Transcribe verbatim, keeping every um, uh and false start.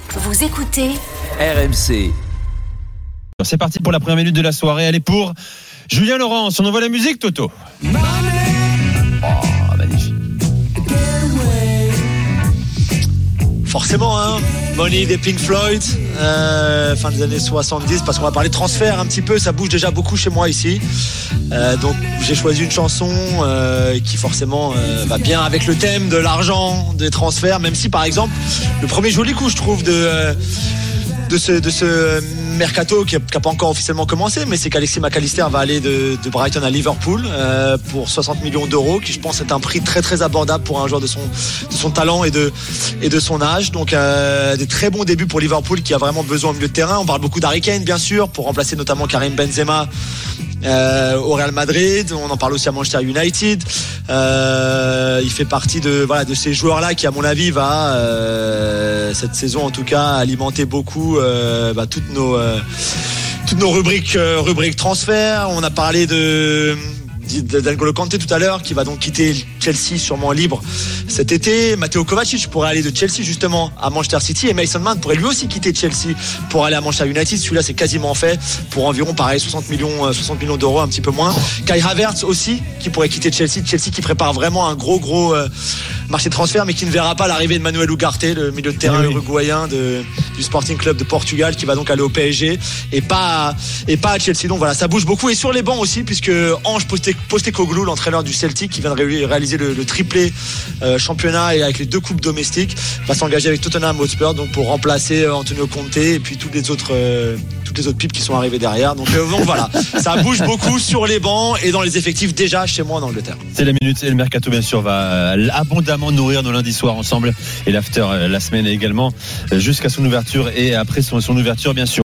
Vous écoutez R M C. C'est parti pour la première minute de la soirée. Elle est pour Julien Laurence. On envoie la musique, Toto. Oh, magnifique. Forcément, hein. Money des Pink Floyd, euh, fin des années soixante-dix, parce qu'on va parler transfert un petit peu, ça bouge déjà beaucoup chez moi ici. Euh, donc j'ai choisi une chanson euh, qui forcément euh, va bien avec le thème de l'argent, des transferts, même si par exemple, le premier joli coup je trouve de... Euh, de ce, de ce mercato qui n'a pas encore officiellement commencé, mais c'est qu'Alexis McAllister va aller de, de Brighton à Liverpool euh, pour soixante millions d'euros, qui je pense est un prix très très abordable pour un joueur de son, de son talent et de, et de son âge. Donc euh, des très bons débuts pour Liverpool qui a vraiment besoin au milieu de terrain. On parle beaucoup d'Harry Kane bien sûr, pour remplacer notamment Karim Benzema Euh, au Real Madrid. On en parle aussi à Manchester United. Euh, il fait partie de voilà de ces joueurs là qui à mon avis va euh, cette saison en tout cas alimenter beaucoup euh, bah, toutes nos euh, toutes nos rubriques euh, rubriques transferts. On a parlé de d'Angolo Kanté tout à l'heure qui va donc quitter Chelsea sûrement libre cet été. Matteo Kovacic pourrait aller de Chelsea justement à Manchester City et Mason Mount pourrait lui aussi quitter Chelsea pour aller à Manchester United. Celui-là c'est quasiment fait pour environ pareil soixante millions soixante millions d'euros, un petit peu moins. Kai Havertz aussi qui pourrait quitter Chelsea. Chelsea qui prépare vraiment un gros gros euh, marché de transfert mais qui ne verra pas l'arrivée de Manuel Ugarte, le milieu de terrain oui. uruguayen de, du Sporting Club de Portugal qui va donc aller au P S G et pas, et pas à Chelsea. Donc voilà, ça bouge beaucoup et sur les bancs aussi puisque Ange Postecoglou, l'entraîneur du Celtic qui vient de réaliser le, le triplé euh, championnat et avec les deux coupes domestiques, va s'engager avec Tottenham Hotspur donc pour remplacer euh, Antonio Conte et puis toutes les autres euh, toutes les autres pipes qui sont arrivées derrière. Donc, euh, donc voilà, ça bouge beaucoup sur les bancs et dans les effectifs déjà chez moi en Angleterre. C'est la minute et le mercato bien sûr va abondamment nourrir nos lundis soirs ensemble et l'after la semaine également jusqu'à son ouverture et après son, son ouverture bien sûr.